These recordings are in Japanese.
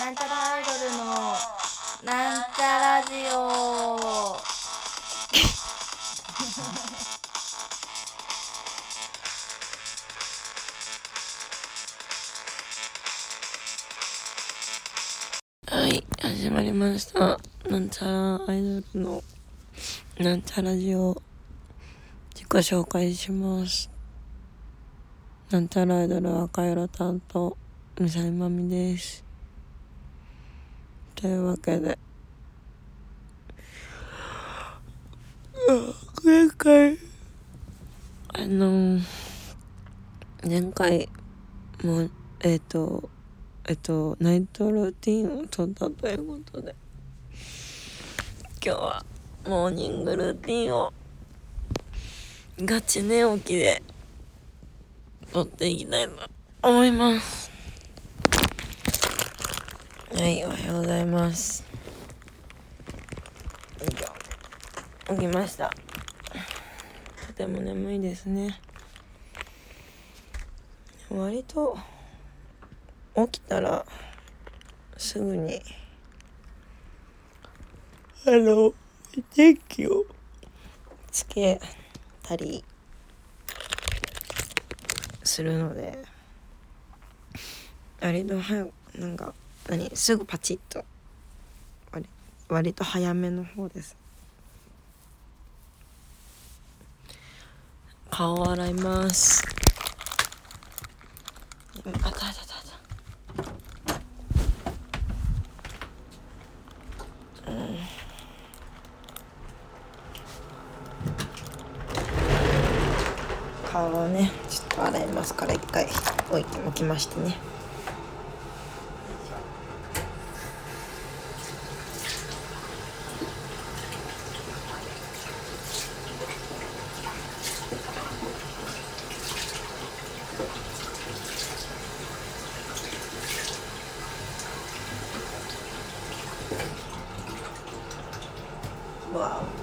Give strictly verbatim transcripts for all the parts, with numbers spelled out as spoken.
なんちゃらアイドルのなんちゃラジオはい、始まりました。なんちゃらアイドルのなんちゃラジオ、自己紹介します。なんちゃらアイドル赤色担当みさいまみです。というわけで前回あの前回もうえっ、ー、とえっ、ー、とナイトルーティンを撮ったということで、今日はモーニングルーティンをガチ寝起きで撮っていきたいと思います。はい、おはようございます。起きました。とても眠いですね。割と起きたらすぐにあの電気をつけたりするので、割と早くなんか何すぐパチッと割割と早めの方です。顔を洗います。あたたたたうん顔をねちょっと洗いますから、一回置いておきましてね。わお、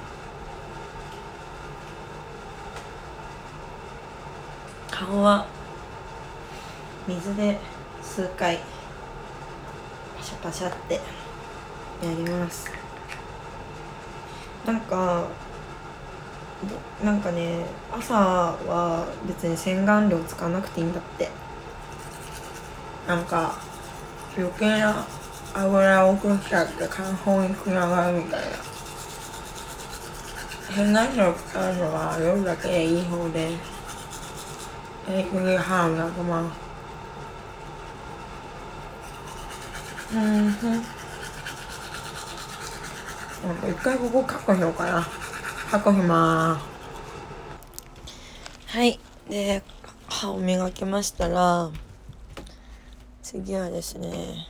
顔は水で数回パシャパシャってやります。なんかなんかね、朝は別に洗顔料使わなくていいんだって。なんか余計な油を落としちゃって乾燥につながるみたいな。洗顔料使うのは夜だけでいい方で、平気で歯磨きます。うんふん。一回ここカッコしようかな。カッコしまーす。はい。で、歯を磨きましたら、次はですね、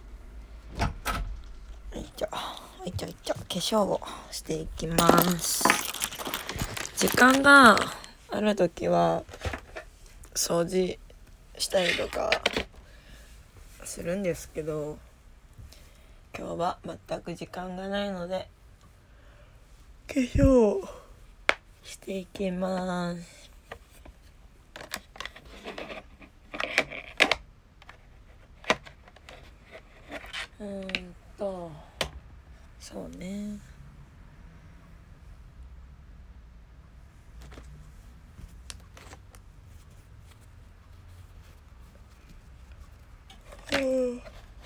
はいちょ、はいちょいちょ、化粧をしていきます。時間があるときは掃除したりとかするんですけど、今日は全く時間がないので化粧をしていきます。うーんとそうねうん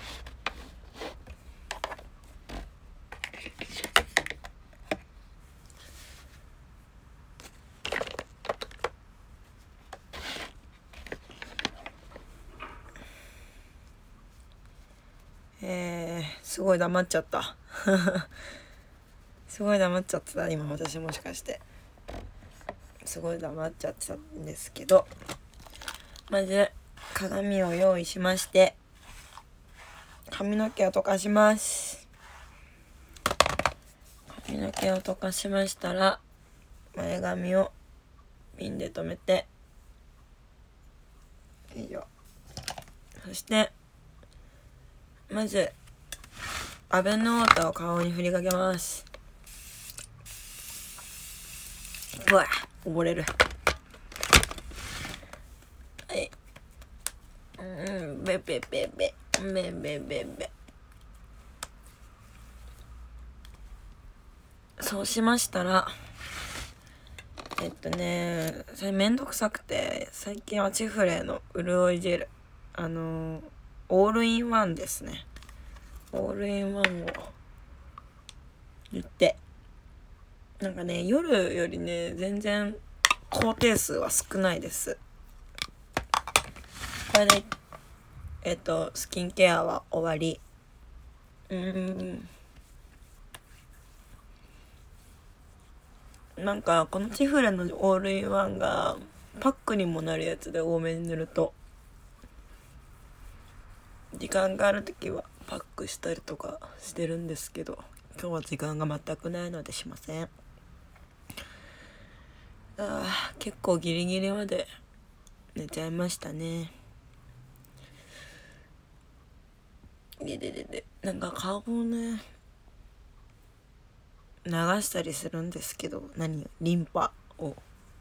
えー、すごい黙っちゃったすごい黙っちゃってた今。私もしかしてすごい黙っちゃってたんですけど、まず鏡を用意しまして、髪の毛を溶かします。髪の毛を溶かしましたら、前髪をピンで留めて、よいしょ。そしてまずアベノータを顔に振りかけます。うわ、溺れる。はい、うん、べべべべべべべべ。そうしましたら、えっとねそれめんどくさくて、最近はチフレの潤いジェル、あのオールインワンですね。オールインワンを塗って、なんかね夜よりね全然工程数は少ないです。これでえっとスキンケアは終わり。うーんなんかこのチフレのオールインワンがパックにもなるやつで、多めに塗ると時間がある時はパックしたりとかしてるんですけど、今日は時間が全くないのでしません。あー結構ギリギリまで寝ちゃいましたね。ででででなんか顔をね流したりするんですけど、何リンパを、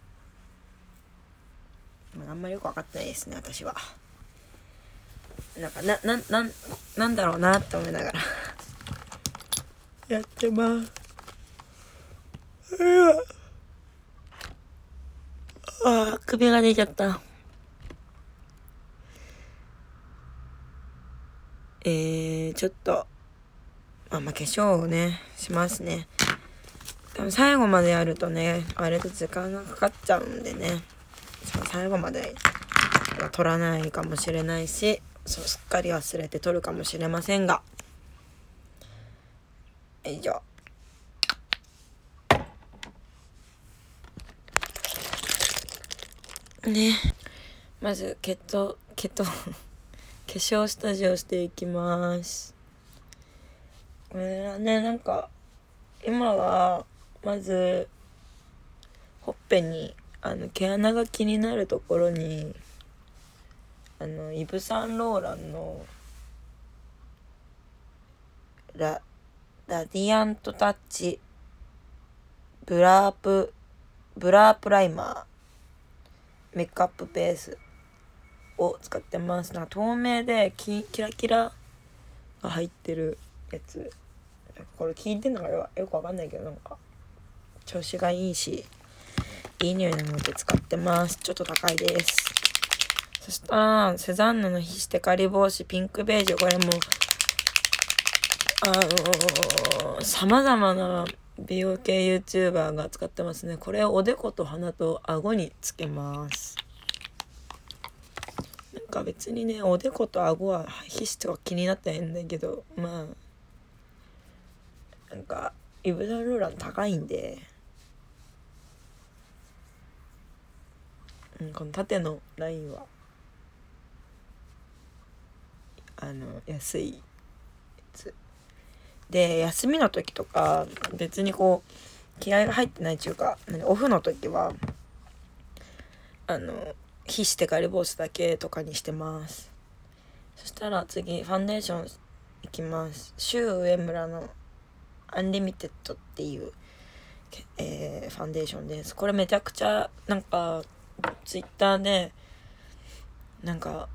まあ、あんまりよく分かってないですね私は。なんかななななんだろうなって思いながらやってます。ああ首が出ちゃった。えー、ちょっとまあまあ化粧をねしますね。多分最後までやるとねあれと時間がかかっちゃうんでね、最後までは取らないかもしれないし、そうすっかり忘れて取るかもしれませんが、以上。ね、まずケトケト化粧下地をしていきます。これはねなんか今はまずほっぺにあの毛穴が気になるところにあのイヴ・サンローランのララディアントタッチブラープブラープライマーメイクアップベースを使ってます。なんか透明でキキラキラが入ってるやつ。これ聞いてんのかよくわかんないけど、なんか調子がいいしいい匂いなので使ってます。ちょっと高いです。そしたらセザンヌの皮脂テカリ防止ピンクベージュ、これもあのさまざまな美容系 YouTuber が使ってますね。これをおでこと鼻と顎につけます。なんか別にねおでこと顎は皮脂とか気になってないんだけど、まあなんかイヴ・サンローラン高いんで、うん、この縦のラインはあの安いやつで、休みの時とか別にこう気合が入ってないっていうか、オフの時はあの皮脂テカリ防止だけとかにしてます。そしたら次ファンデーションいきます。シュウ上村のアンリミテッドっていう、えー、ファンデーションです。これめちゃくちゃなんかツイッターでなんか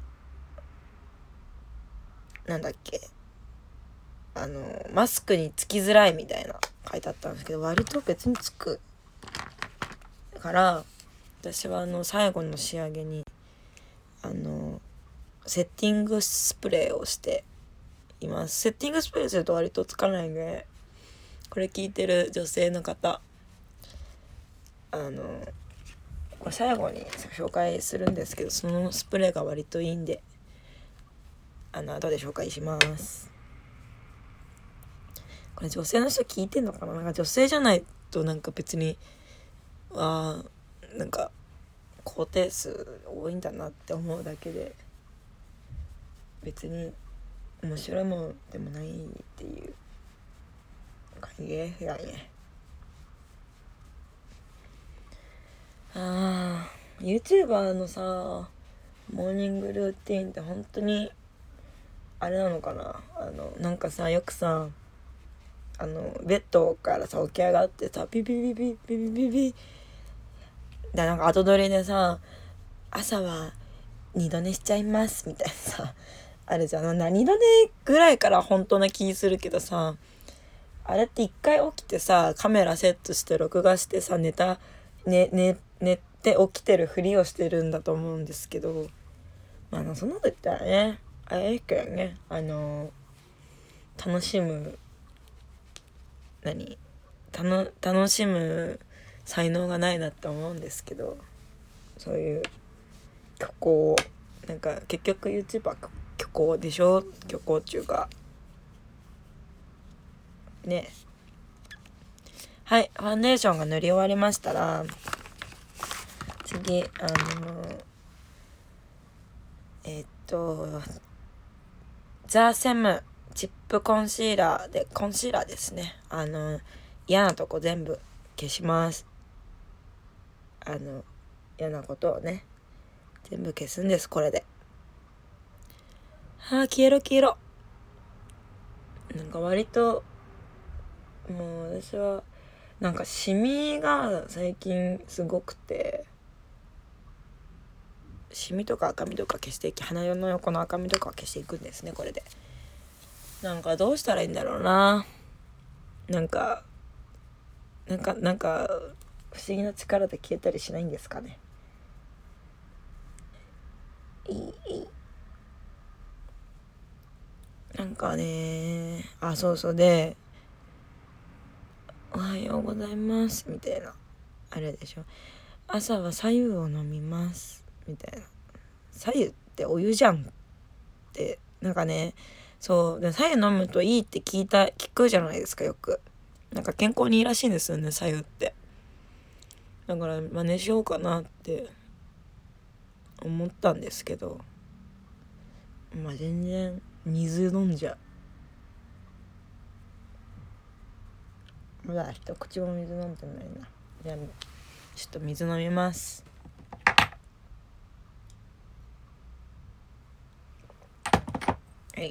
なんだっけあのマスクにつきづらいみたいな書いてあったんですけど、割と別につくから私はあの最後の仕上げにあのセッティングスプレーをしています。セッティングスプレーすると割とつかないんで、これ聞いてる女性の方あのこれ最後に紹介するんですけど、そのスプレーが割といいんであの後で紹介します。これ女性の人聞いてんのかな。なんか女性じゃないとなんか別にあなんか工程数多いんだなって思うだけで、別に面白いものでもないっていう感じですよね。あー YouTuber のさモーニングルーティーンって本当にあれなのかな。あのなんかさよくさあのベッドからさ起き上がってさピピピピピピピピでなんか後撮りでさ朝は二度寝しちゃいますみたいなさあれじゃん、何度寝ぐらいから本当な気するけどさ、あれって一回起きてさ、カメラセットして録画してさ、寝た、ね、ね、寝て起きてるふりをしてるんだと思うんですけど、まあ、そんなこと言ったらね、あれだけどね、あの、楽しむ、何たの楽しむ才能がないなって思うんですけど、そういう虚構、なんか結局 YouTuber は虚構でしょ、虚構っていうかね。はい、ファンデーションが塗り終わりましたら、次あのえー、っとザ・セムチップコンシーラーで、コンシーラーですね。あの嫌なとこ全部消します。あの嫌なことをね全部消すんです、これで。はあ、消えろ消えろ。なんか割ともう私はなんかシミが最近すごくて、シミとか赤みとか消していき、鼻の横の赤みとか消していくんですね、これで。なんかどうしたらいいんだろうな。なんかなんかなんか不思議な力で消えたりしないんですかね。いいいいなんかね、あ、そうそうで、おはようございますみたいな、あれでしょ。朝は白湯を飲みますみたいな。白湯ってお湯じゃんってなんかね、そうで、白湯飲むといいって聞いた聞くじゃないですか、よく。なんか健康にいいらしいんですよね、白湯って。だから真似しようかなって思ったんですけど、まあ全然水飲んじゃう。まだ一口も水飲んでないな。じゃあちょっと水飲みます。はい。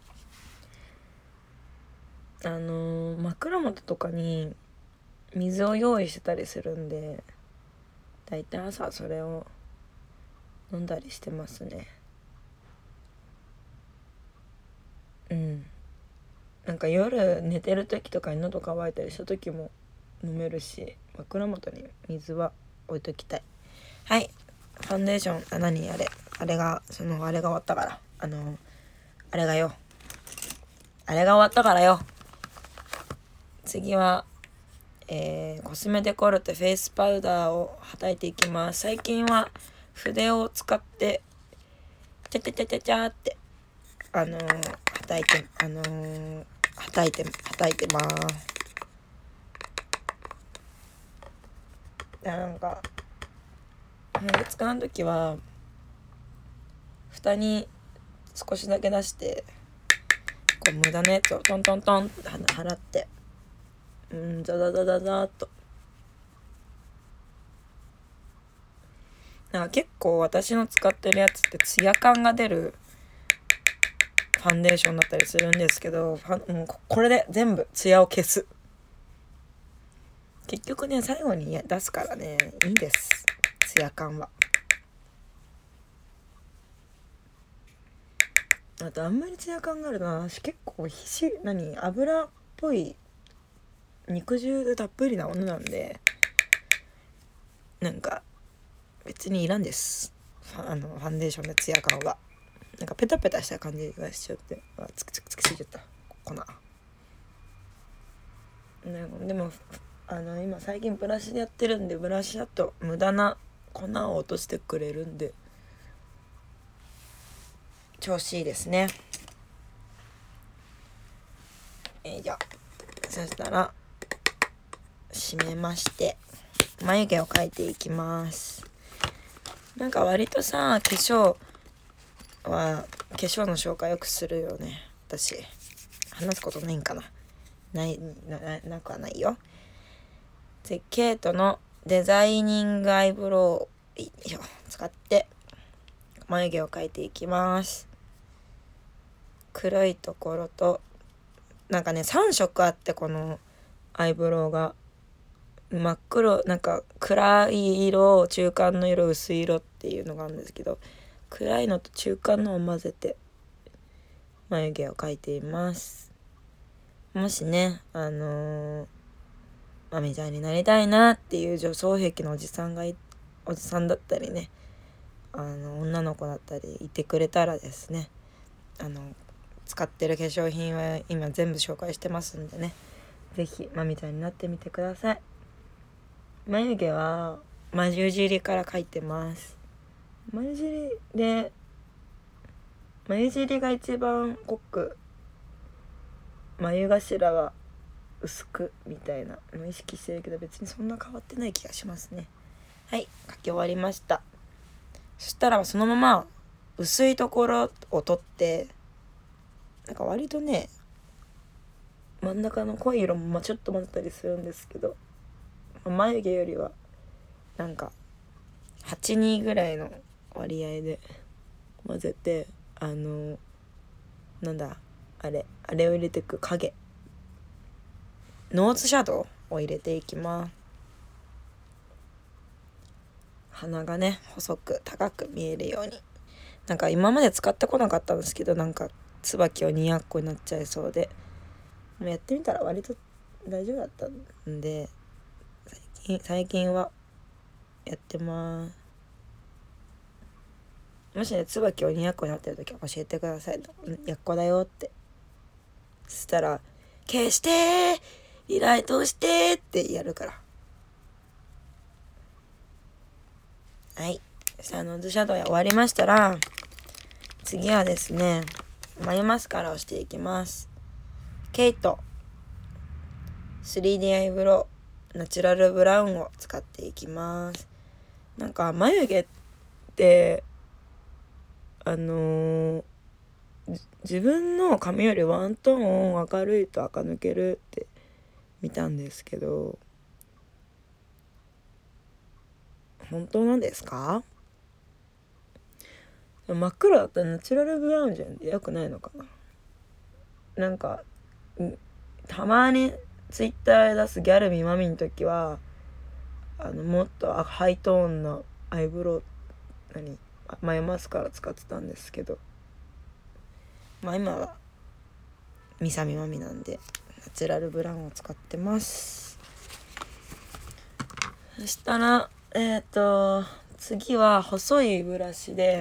あのー、枕元とかに水を用意してたりするんで、だいたい朝それを飲んだりしてますね。うん。なんか夜寝てる時とかに喉乾いたりした時も飲めるし、枕元に水は置いときたい。はい、ファンデーション、あ、何あれあれがそのあれが終わったから、あのあれがよあれが終わったからよ。次はえー、コスメデコルテフェイスパウダーをはたいていきます。最近は筆を使ってチャチャチャチャチャってあのー、はたいてあのー、はたいてはたいてます。なんか使う時は蓋に少しだけ出して、こう無駄なやつをトントントンって払って、うんザザザザザーっと。なんか結構私の使ってるやつってツヤ感が出るファンデーションだったりするんですけど、ファン、うん、これで全部ツヤを消す。結局ね、最後に出すからね、いいんです、ツヤ感は。あとあんまりツヤ感があるな、私結構皮脂何油っぽい肉汁たっぷりなものなんで、なんか別にいらんです、あのファンデーションのツヤ感は。なんかペタペタした感じがしちゃって、あ、つくつくつくついちゃった粉。でもあの今最近ブラシでやってるんで、ブラシだと無駄な粉を落としてくれるんで調子いいですね。えー、じゃあそしたら締めまして眉毛を描いていきます。なんか割とさ、化粧は化粧の紹介よくするよね、私。話すことないんかな、ない な, なくはないよ。でケイトのデザイニングアイブロウを使って眉毛を描いていきます。黒いところとなんかねさん色あって、このアイブロウが真っ黒、なんか暗い色、中間の色、薄い色っていうのがあるんですけど、暗いのと中間のを混ぜて眉毛を描いています。もしねあのー、まみちゃんになりたいなっていう女装癖のおじさんがいおじさんだったりね、あの女の子だったりいてくれたらですね、あの使ってる化粧品は今全部紹介してますんでね、ぜひまみちゃんになってみてください。眉毛は眉尻から描いてます。眉尻で眉尻が一番濃く、眉頭は薄くみたいなの意識してるけど、別にそんな変わってない気がしますね。はい、描き終わりました。そしたらそのまま薄いところを取って、なんか割とね真ん中の濃い色もちょっと混ぜたりするんですけど、眉毛よりはなんかはちにぐらいの割合で混ぜて、あのなんだあれあれを入れてく影、ノーズシャドウを入れていきます。鼻がね細く高く見えるように、なんか今まで使ってこなかったんですけど、なんか椿はにやっこになっちゃいそうで、もうやってみたら割と大丈夫だったんで、最近最近はやってます。もしね椿をにやっこになってる時は教えてください。やっこだよって。そしたら消してリライトしてってやるから。はい、さあノーズシャドウ終わりましたら、次はですね眉マスカラをしていきます。ケイト スリーディー アイブロウナチュラルブラウンを使っていきます。なんか眉毛ってあのー、自分の髪よりワントーン明るいと垢抜けるって見たんですけど、本当なんですか？真っ黒だったらナチュラルブラウンじゃよくないのかな。なんかたまにツイッターで出すギャルみまみの時はあのもっとハイトーンなアイブロウ何眉マスカラ使ってたんですけど、まあ今はみさみまみなんでナチュラルブラウンを使ってます。そしたらえっと次は細いブラシで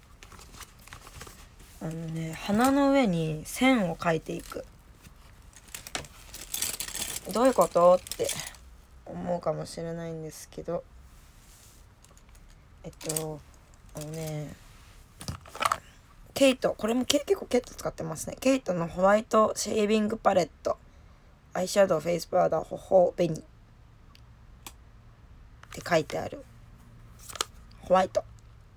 あのね鼻の上に線を描いていく。どういうことって思うかもしれないんですけど、えっとあのねケイト、これも結構ケイト使ってますね。ケイトのホワイトシェービングパレット、アイシャドウ、フェイスパウダー、頬紅って書いてあるホワイト、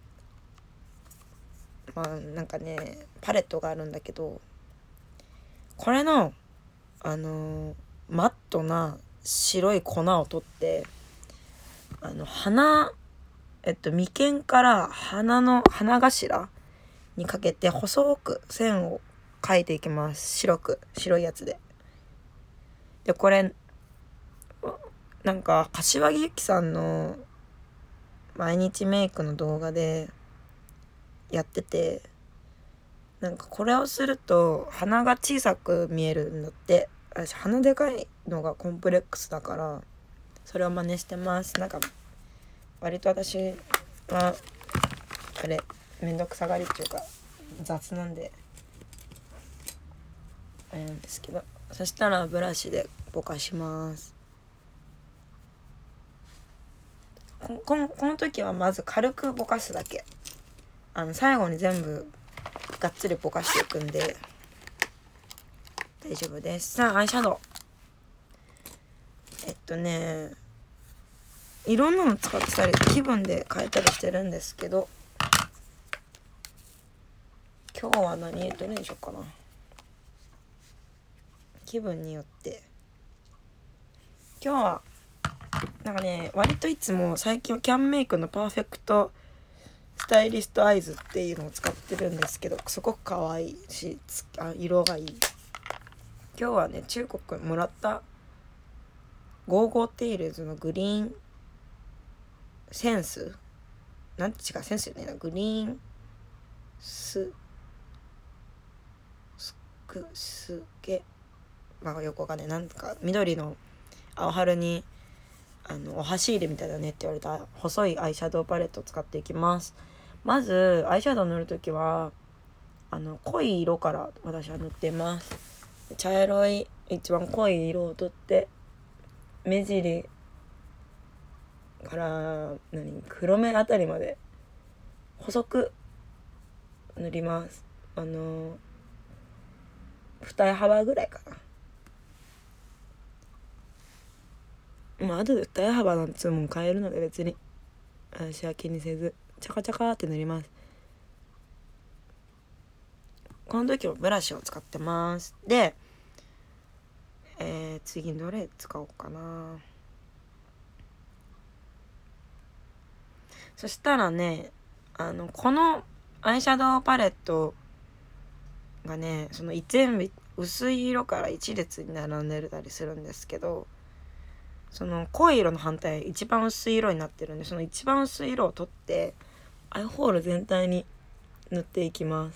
まあなんかねパレットがあるんだけど、これのあのー、マットな白い粉を取って、あの鼻えっと眉間から鼻の鼻頭にかけて細く線を描いていきます。白く白いやつで。でこれなんか柏木由紀さんの毎日メイクの動画でやってて、なんかこれをすると鼻が小さく見えるんだって。私鼻でかいのがコンプレックスだからそれを真似してます。なんか割と私はあれめんどくさがりっていうか雑なんであれなんですけど、そしたらブラシでぼかします。ここのこの時はまず軽くぼかすだけ、あの最後に全部がっつりぼかしていくんで大丈夫です。さあアイシャドウ、えっとねいろんなの使ってたり気分で変えたりしてるんですけど、今日は何どれにしようかな。気分によって今日はなんかね割といつも最近はキャンメイクのパーフェクトスタイリストアイズっていうのを使ってるんですけど、すごく可愛いしあ色がいい。今日はね中国もらったゴーゴーテイルズのグリーンセンスなんて違うセンスよねグリーンスくすけ、まあよくわかんない、なんか緑の青春にあのお箸入れみたいだねって言われた細いアイシャドウパレットを使っていきます。まずアイシャドウ塗るときはあの濃い色から私は塗っています。茶色い一番濃い色を取って目尻から何黒目あたりまで細く塗ります。あの二重幅ぐらいかな。まあ後で二重幅なんつうもん変えるので別に私は気にせずチャカチャカって塗ります。この時はブラシを使ってます。で、えー、次どれ使おうかな。そしたらね、あのこのアイシャドウパレットがね、その全部薄い色から一列に並んでたりするんですけど、その濃い色の反対一番薄い色になってるんで、その一番薄い色を取ってアイホール全体に塗っていきます。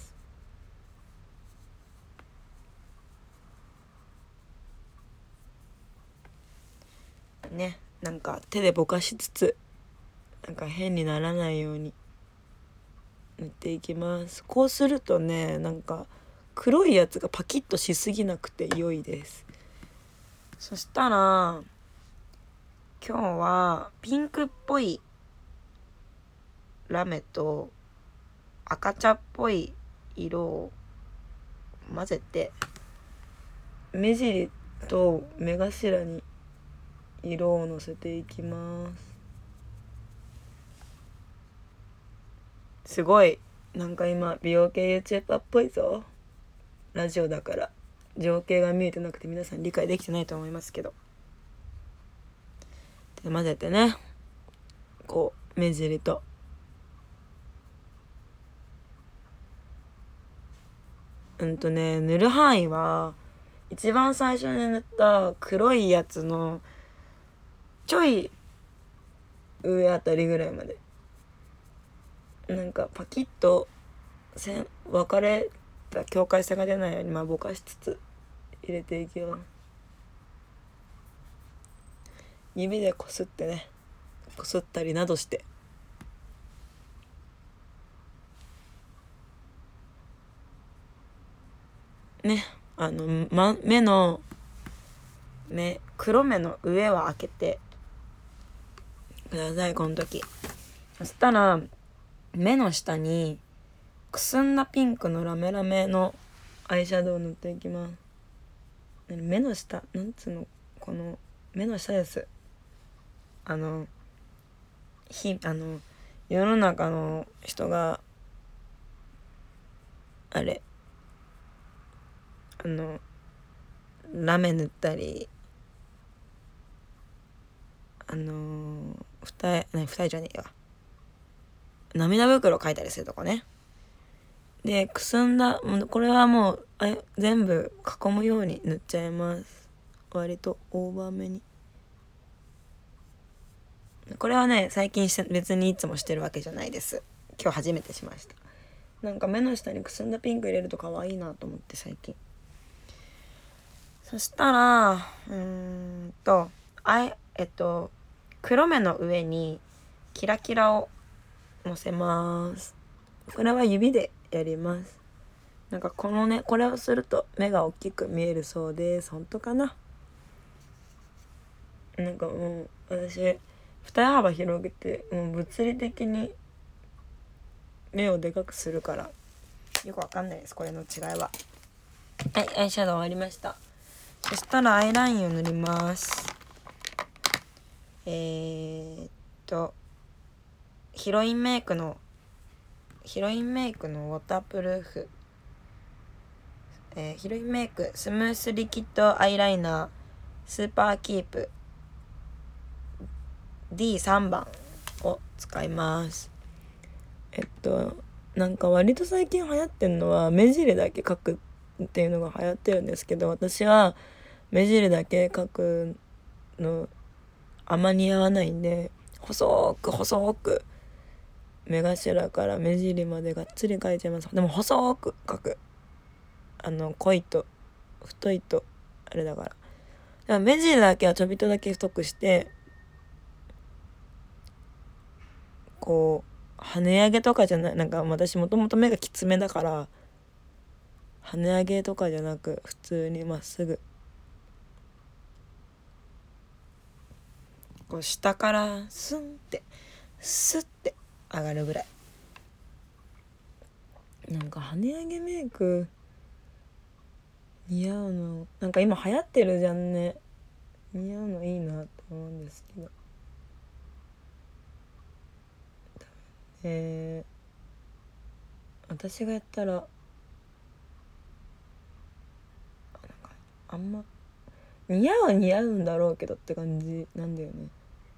ね、なんか手でぼかしつつなんか変にならないように塗っていきます。こうするとね、なんか黒いやつがパキッとしすぎなくて良いです。そしたら今日はピンクっぽいラメと赤茶っぽい色を混ぜて目尻と目頭に色をのせていきます。すごいなんか今美容系 YouTuber っぽいぞ。ラジオだから情景が見えてなくて皆さん理解できてないと思いますけど、で混ぜてね、こう目尻とうんとね塗る範囲は一番最初に塗った黒いやつのちょい上あたりぐらいまで、なんかパキッと線分かれた境界線が出ないようにまあぼかしつつ入れていきます。指でこすってね、こすったりなどしてね、あの、ま、目の目黒目の上は開けてくださいこの時。そしたら目の下にくすんだピンクのラメラメのアイシャドウを塗っていきます。目の下なんつうの、この目の下です。あのひあの世の中の人があれあのラメ塗ったりあのー、二重何二重じゃねえわ涙袋描いたりするとこね。でくすんだこれはもうあ全部囲むように塗っちゃいます。割とオーバーめに。これはね最近して別にいつもしてるわけじゃないです。今日初めてしました。なんか目の下にくすんだピンク入れると可愛いなと思って最近。そしたらうーんとあいえっと黒目の上にキラキラをのせます。これは指でやります。なんかこのねこれをすると目が大きく見えるそうです。本当かな。なんかもう私二重幅広げてもう物理的に目をでかくするからよくわかんないですこれの違いは。はい、アイシャドウ終わりました。そしたらアイラインを塗ります。えー、っとヒロインメイクのヒロインメイクのウォータープルーフ、えー、ヒロインメイクスムースリキッドアイライナースーパーキープ ディースリー 番を使います。えっとなんか割と最近流行ってんのは目尻だけ描くっていうのが流行ってるんですけど、私は目尻だけ描くのあんま似合わないんで細く細く目頭から目尻までがっつり描いちゃいます。でも細く描く。 あの濃いと太いとあれだから、だから目尻だけはちょびっとだけ太くして、こう跳ね上げとかじゃない、なんか私もともと目がきつめだから、跳ね上げとかじゃなく普通にまっすぐこう下からスンってスッて上がるぐらい。なんか跳ね上げメイク似合うのなんか今流行ってるじゃんね。似合うのいいなって思うんですけど、えー、私がやったらなんかあんま似合うは似合うんだろうけどって感じなんだよね。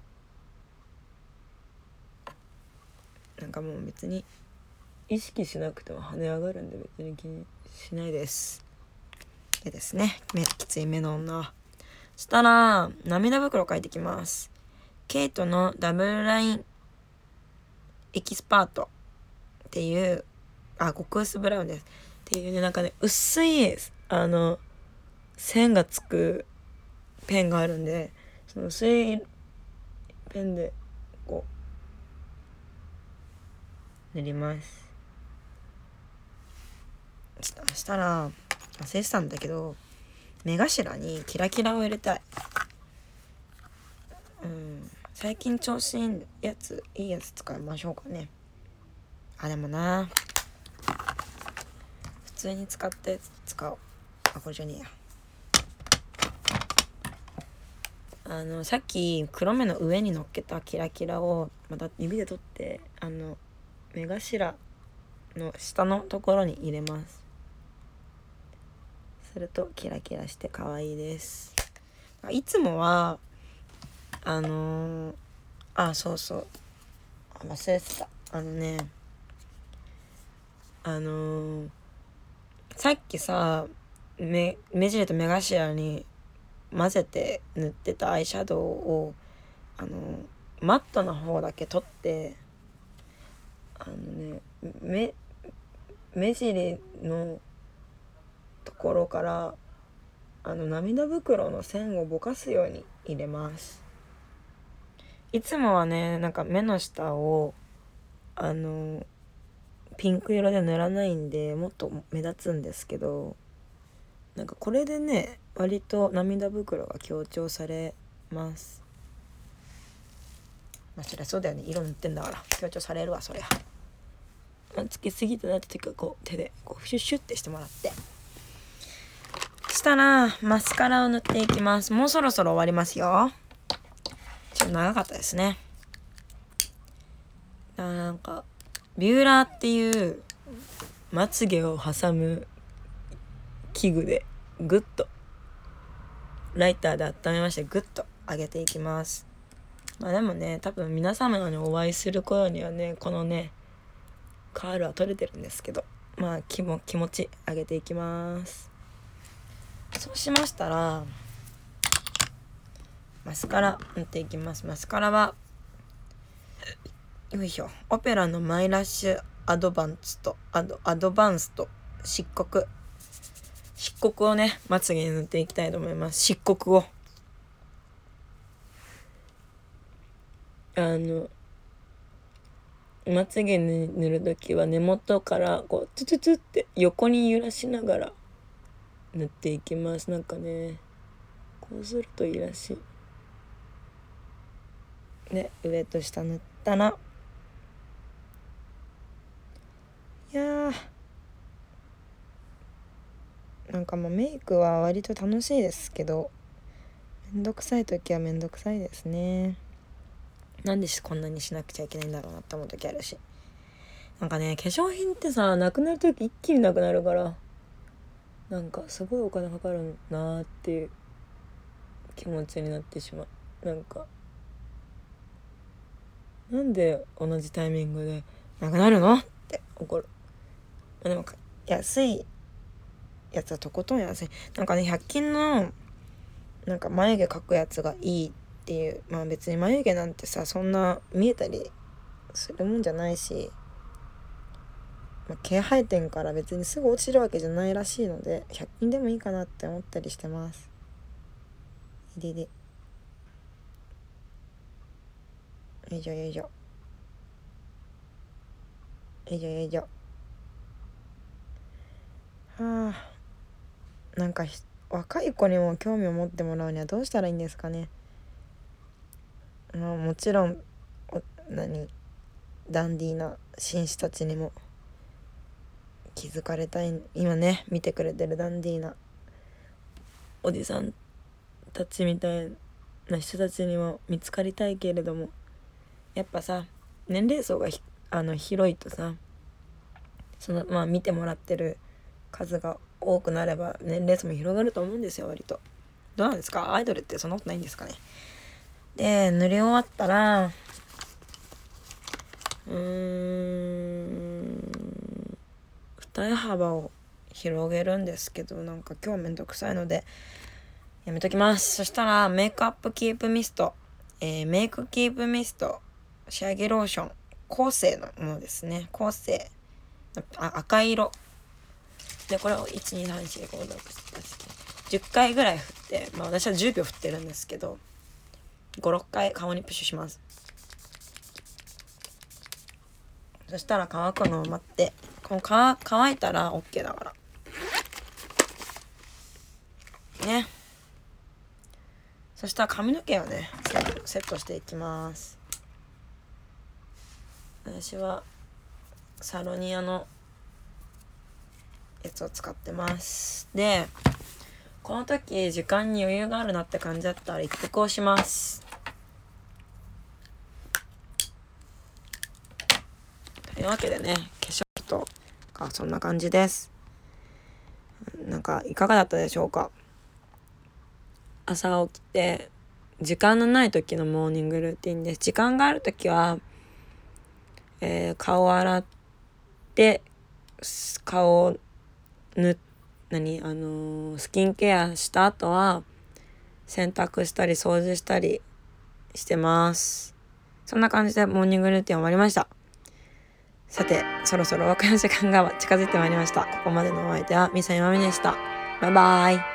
なんかもう別に意識しなくても跳ね上がるんで別に気にしないです。でですね、目きつい目の女。そしたら涙袋描いてきます。ケイトのダブルラインエキスパートっていうあ極薄ブラウンですっていうね、なんかね薄いあの線がつくペンがあるんで、その薄いペンでこう塗ります。そしたら忘れてたんだけど、目頭にキラキラを入れたい。うん、最近調子いいやついいやつ使いましょうかね。あでもな普通に使って使おう。あこれじゃねえや。あのさっき黒目の上に乗っけたキラキラをまた指で取ってあの目頭の下のところに入れます。するとキラキラして可愛いです。いつもはあのー、あそうそう忘れてたあのねあのー、さっきさ目目尻と目頭に混ぜて塗ってたアイシャドウをあのマットの方だけ取ってあのね目目尻のところからあの涙袋の線をぼかすように入れます。いつもはねなんか目の下をあのピンク色で塗らないんでもっと目立つんですけど、なんかこれでね割と涙袋が強調されます。まあそりゃそうだよね、色塗ってんだから強調されるわそりゃ。まあ、つけすぎたなって時はこう手でこうシュッシュッってしてもらって、そしたらマスカラを塗っていきます。もうそろそろ終わりますよ。ちょっと長かったですね。なんかビューラーっていうまつげを挟む器具でグッとライターで温めましてグッと上げていきます。まあでもね多分皆様にお会いする頃にはねこのねカールは取れてるんですけど、まあ気も気持ち上げていきます。そうしましたらマスカラ塗っていきます。マスカラはよいしょオペラのマイラッシュアドバンスとアドアドバンスと漆黒漆黒をねまつげに塗っていきたいと思います。漆黒をあのまつげに塗るときは根元からこうツツツって横に揺らしながら塗っていきます。なんかねこうするといいらしい。で上と下塗ったらいやーなんかもうメイクは割と楽しいですけどめんどくさい時はめんどくさいですね。なんでこんなにしなくちゃいけないんだろうなって思う時あるし、なんかね化粧品ってさなくなる時一気になくなるからなんかすごいお金かかるなーっていう気持ちになってしまう。なんかなんで同じタイミングでなくなるのって怒る。でも安いやつはとことん安い。なんかねひゃく均のなんか眉毛描くやつがいいっていう、まあ別に眉毛なんてさそんな見えたりするもんじゃないしまあ、毛生えてんから別にすぐ落ちるわけじゃないらしいのでひゃく均でもいいかなって思ったりしてます。ででよいしょよいしょよいしょよいしょ。はあ、なんか若い子にも興味を持ってもらうにはどうしたらいいんですかね。まあ、もちろんお何ダンディーな紳士たちにも気づかれたい。今ね見てくれてるダンディーなおじさんたちみたいな人たちにも見つかりたいけれども、やっぱさ年齢層がひあの広いとさ、そのまあ見てもらってる数が多くなれば年齢層も広がると思うんですよ。割とどうなんですか、アイドルってそんなことないんですかね。で塗り終わったらうーん二重幅を広げるんですけど、なんか今日めんどくさいのでやめときます。そしたらメイクアップキープミスト、えー、メイクキープミスト仕上げローション後世のものですね。後世あ赤色で、これをいちにさんしごろくななじゅっかいぐらい振って、まあ私はじゅうびょう振ってるんですけどごろっかい顔にプッシュします。そしたら乾くのを待って、この乾乾いたら OK だからね。そしたら髪の毛をねセットしていきます。私はサロニアのやつを使ってます。でこの時時間に余裕があるなって感じだったら一服をします。というわけでね、化粧とかそんな感じです。なんかいかがだったでしょうか。朝起きて時間のない時のモーニングルーティンです。時間がある時は、えー、顔を洗って顔をぬ何あのー、スキンケアした後は洗濯したり掃除したりしてます。そんな感じでモーニングルーティン終わりました。さてそろそろお別れの時間が近づいてまいりました。ここまでのお相手はミサイマミでした。バイバイ。